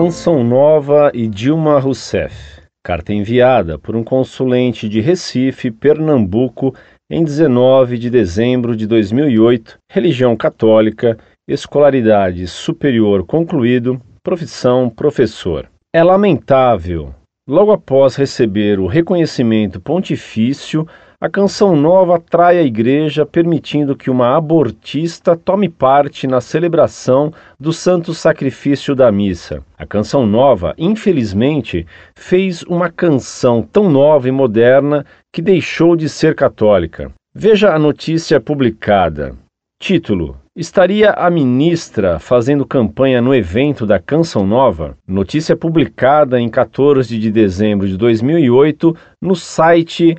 Canção Nova e Dilma Rousseff. Carta enviada por um consulente de Recife, Pernambuco, em 19 de dezembro de 2008, religião católica, escolaridade superior concluído, profissão professor. É lamentável, logo após receber o reconhecimento pontifício, a Canção Nova trai a igreja permitindo que uma abortista tome parte na celebração do santo sacrifício da missa. A Canção Nova, infelizmente, fez uma canção tão nova e moderna que deixou de ser católica. Veja a notícia publicada. Título: Estaria a ministra fazendo campanha no evento da Canção Nova? Notícia publicada em 14 de dezembro de 2008 no site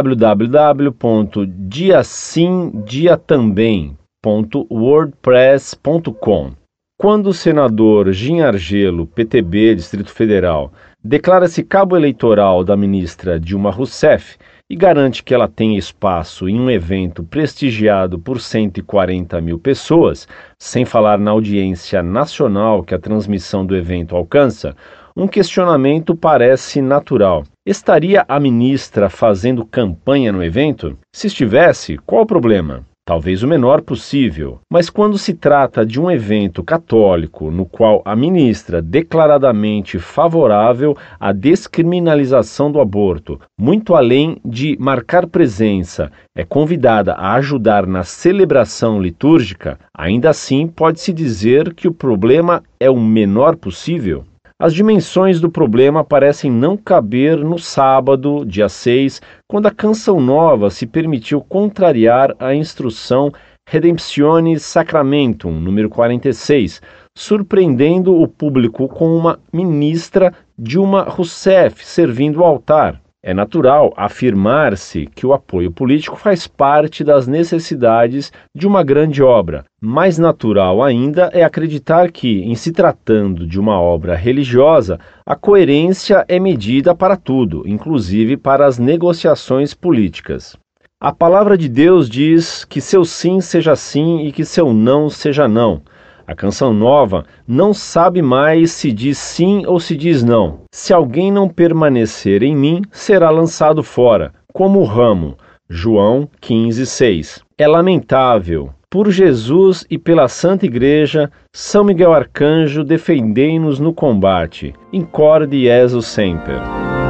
www.diasimdiatambém.wordpress.com. Quando o senador Gin Argelo, PTB, Distrito Federal, declara-se cabo eleitoral da ministra Dilma Rousseff e garante que ela tem espaço em um evento prestigiado por 140 mil pessoas, sem falar na audiência nacional que a transmissão do evento alcança, um questionamento parece natural. Estaria a ministra fazendo campanha no evento? Se estivesse, qual o problema? Talvez o menor possível, mas quando se trata de um evento católico no qual a ministra, declaradamente favorável à descriminalização do aborto, muito além de marcar presença, é convidada a ajudar na celebração litúrgica, ainda assim pode-se dizer que o problema é o menor possível? As dimensões do problema parecem não caber no sábado, dia 6, quando a Canção Nova se permitiu contrariar a instrução Redemptionis Sacramentum, número 46, surpreendendo o público com uma ministra Dilma Rousseff servindo o altar. É natural afirmar-se que o apoio político faz parte das necessidades de uma grande obra. Mais natural ainda é acreditar que, em se tratando de uma obra religiosa, a coerência é medida para tudo, inclusive para as negociações políticas. A palavra de Deus diz que seu sim seja sim e que seu não seja não. A Canção Nova não sabe mais se diz sim ou se diz não. Se alguém não permanecer em mim, será lançado fora, como o ramo. João 15:6. É lamentável. Por Jesus e pela Santa Igreja, São Miguel Arcanjo, defendei-nos no combate. Incorde Jesus Semper.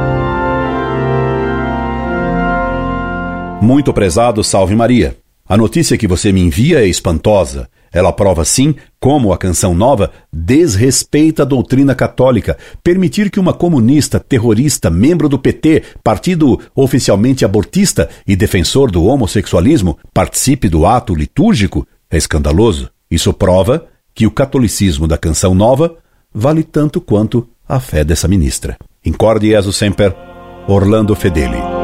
Muito prezado, salve Maria. A notícia que você me envia é espantosa. Ela prova, sim, como a Canção Nova desrespeita a doutrina católica. Permitir que uma comunista, terrorista, membro do PT, partido oficialmente abortista e defensor do homossexualismo, participe do ato litúrgico é escandaloso. Isso prova que o catolicismo da Canção Nova vale tanto quanto a fé dessa ministra. Incorde Jesus Semper, Orlando Fedeli.